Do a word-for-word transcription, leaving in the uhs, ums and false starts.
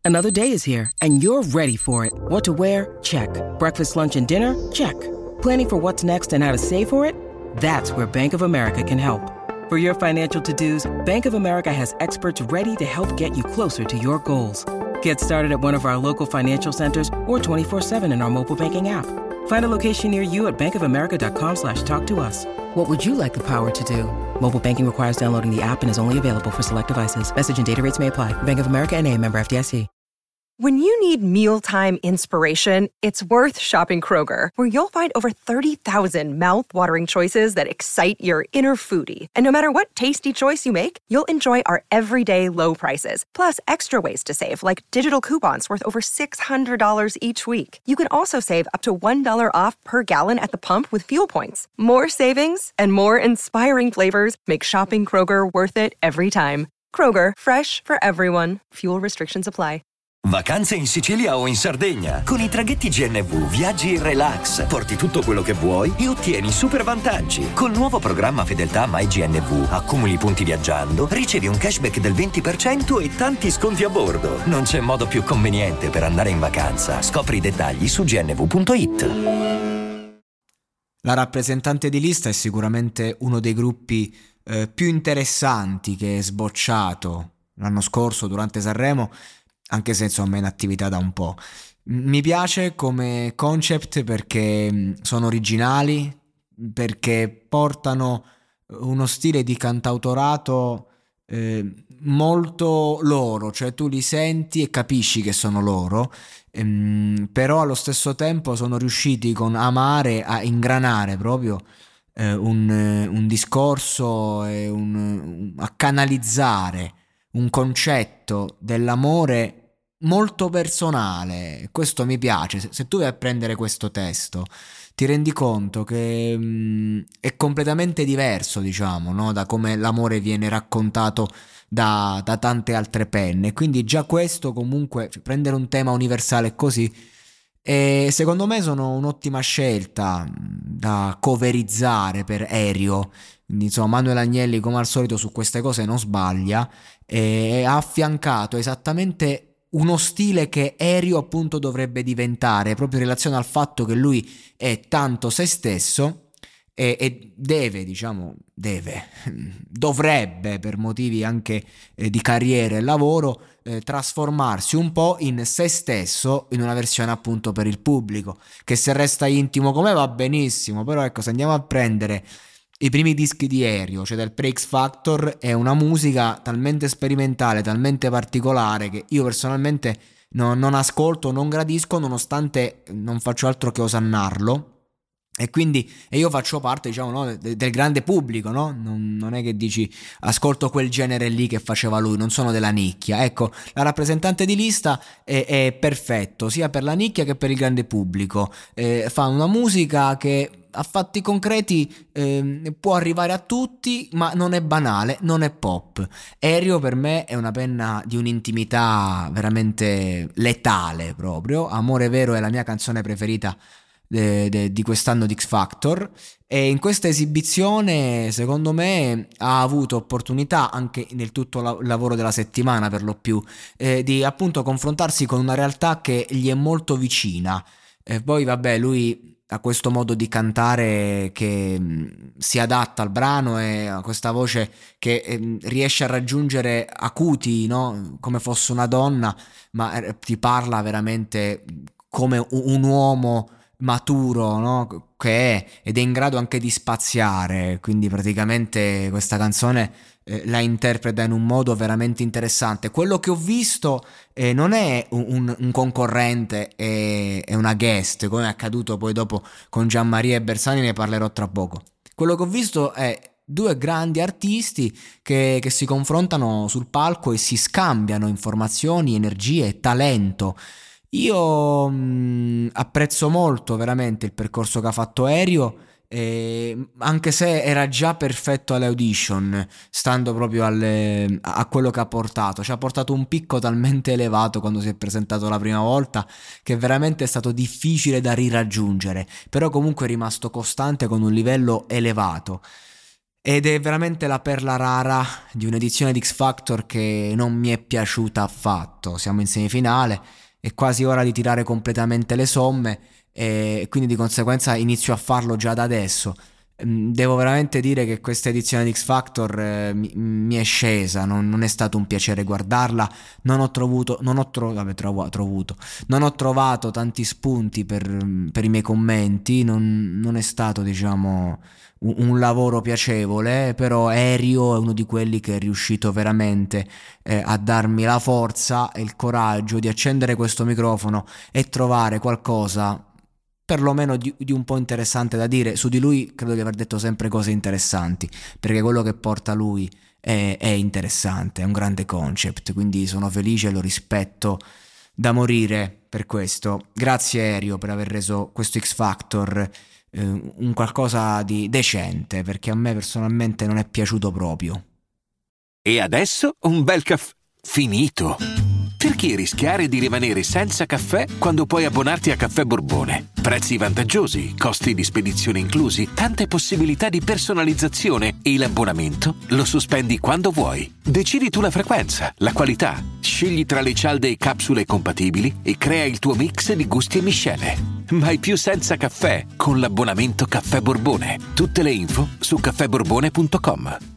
Another day is here, and you're ready for it. What to wear? Check. Breakfast, lunch, and dinner? Check. Planning for what's next and how to save for it? That's where Bank of America can help. For your financial to-dos, Bank of America has experts ready to help get you closer to your goals. Get started at one of our local financial centers or twenty-four seven in our mobile banking app. Find a location near you at bankofamerica.com slash talk to us. What would you like the power to do? Mobile banking requires downloading the app and is only available for select devices. Message and data rates may apply. Bank of America N A, member F D I C. When you need mealtime inspiration, it's worth shopping Kroger, where you'll find over thirty thousand mouth-watering choices that excite your inner foodie. And no matter what tasty choice you make, you'll enjoy our everyday low prices, plus extra ways to save, like digital coupons worth over six hundred dollars each week. You can also save up to one dollar off per gallon at the pump with fuel points. More savings and more inspiring flavors make shopping Kroger worth it every time. Kroger, fresh for everyone. Fuel restrictions apply. Vacanze in Sicilia o in Sardegna. Con i traghetti G N V viaggi in relax, porti tutto quello che vuoi e ottieni super vantaggi. Col nuovo programma Fedeltà MyGNV accumuli punti viaggiando, ricevi un cashback del venti per cento e tanti sconti a bordo. Non c'è modo più conveniente per andare in vacanza. Scopri i dettagli su g n v punto i t. La rappresentante di lista è sicuramente uno dei gruppi eh, più interessanti che è sbocciato l'anno scorso durante Sanremo, anche se insomma è in attività da un po'. Mi piace come concept perché sono originali, perché portano uno stile di cantautorato eh, molto loro, cioè tu li senti e capisci che sono loro, ehm, però allo stesso tempo sono riusciti con Amare a ingranare proprio eh, un, un discorso e un, a canalizzare un concetto dell'amore molto personale. Questo mi piace. Se, se tu vai a prendere questo testo ti rendi conto che mh, è completamente diverso, diciamo, no? Da come l'amore viene raccontato da, da tante altre penne. Quindi già questo, comunque, cioè, prendere un tema universale così, e secondo me sono un'ottima scelta da coverizzare per Erio. Quindi, insomma, Manuel Agnelli come al solito su queste cose non sbaglia e ha affiancato esattamente uno stile che Erio appunto dovrebbe diventare, proprio in relazione al fatto che lui è tanto se stesso e, e deve, diciamo, deve, dovrebbe per motivi anche eh, di carriera e lavoro eh, trasformarsi un po' in se stesso in una versione appunto per il pubblico, che se resta intimo come va benissimo, però ecco, se andiamo a prendere i primi dischi di Erio, cioè del pre-X Factor, è una musica talmente sperimentale, talmente particolare che io personalmente no, non ascolto, non gradisco, nonostante non faccio altro che osannarlo. E quindi e io faccio parte, diciamo, no, del, del grande pubblico, no? Non, non è che dici ascolto quel genere lì che faceva lui, non sono della nicchia. Ecco, la rappresentante di lista è, è perfetto sia per la nicchia che per il grande pubblico. Eh, fa una musica che a fatti concreti eh, può arrivare a tutti, ma non è banale, non è pop. Erio per me è una penna di un'intimità veramente letale proprio. Amore vero è la mia canzone preferita De, de, di quest'anno di X Factor, e in questa esibizione secondo me ha avuto opportunità anche nel tutto la, il lavoro della settimana per lo più eh, di appunto confrontarsi con una realtà che gli è molto vicina. E poi vabbè, lui ha questo modo di cantare che mh, si adatta al brano e ha questa voce che eh, riesce a raggiungere acuti, no? Come fosse una donna, ma eh, ti parla veramente come un, un uomo maturo, no? Che è, ed è in grado anche di spaziare, quindi praticamente questa canzone eh, la interpreta in un modo veramente interessante. Quello che ho visto eh, non è un, un, un concorrente, è, è una guest, come è accaduto poi dopo con Gianmaria e Bersani, ne parlerò tra poco. Quello che ho visto è due grandi artisti che, che si confrontano sul palco e si scambiano informazioni, energie e talento. Io mh, apprezzo molto veramente il percorso che ha fatto Erio, eh, anche se era già perfetto alle audition, stando proprio alle, a quello che ha portato. Ci ha portato un picco talmente elevato quando si è presentato la prima volta che veramente è stato difficile da riraggiungere, però comunque è rimasto costante con un livello elevato. ed è veramente la perla rara di un'edizione di X Factor che non mi è piaciuta affatto. Siamo in semifinale, è quasi ora di tirare completamente le somme e quindi di conseguenza inizio a farlo già da adesso. Devo veramente dire che questa edizione di X Factor eh, mi, mi è scesa, non, non è stato un piacere guardarla, non ho trovuto, non ho, tro- vabbè, trovo, trovuto, non ho trovato tanti spunti per, per i miei commenti, non, non è stato diciamo un, un lavoro piacevole, però Erio è uno di quelli che è riuscito veramente eh, a darmi la forza e il coraggio di accendere questo microfono e trovare qualcosa perlomeno di, di un po' interessante da dire. Su di lui credo di aver detto sempre cose interessanti, perché quello che porta lui è, è interessante, è un grande concept, quindi sono felice e lo rispetto da morire per questo. Grazie Erio per aver reso questo X Factor eh, un qualcosa di decente, perché a me personalmente non è piaciuto proprio. E adesso un bel caffè finito. Perché rischiare di rimanere senza caffè quando puoi abbonarti a Caffè Borbone? Prezzi vantaggiosi, costi di spedizione inclusi, tante possibilità di personalizzazione e l'abbonamento lo sospendi quando vuoi. Decidi tu la frequenza, la qualità, scegli tra le cialde e capsule compatibili e crea il tuo mix di gusti e miscele. Mai più senza caffè con l'abbonamento Caffè Borbone. Tutte le info su caffè borbone punto com.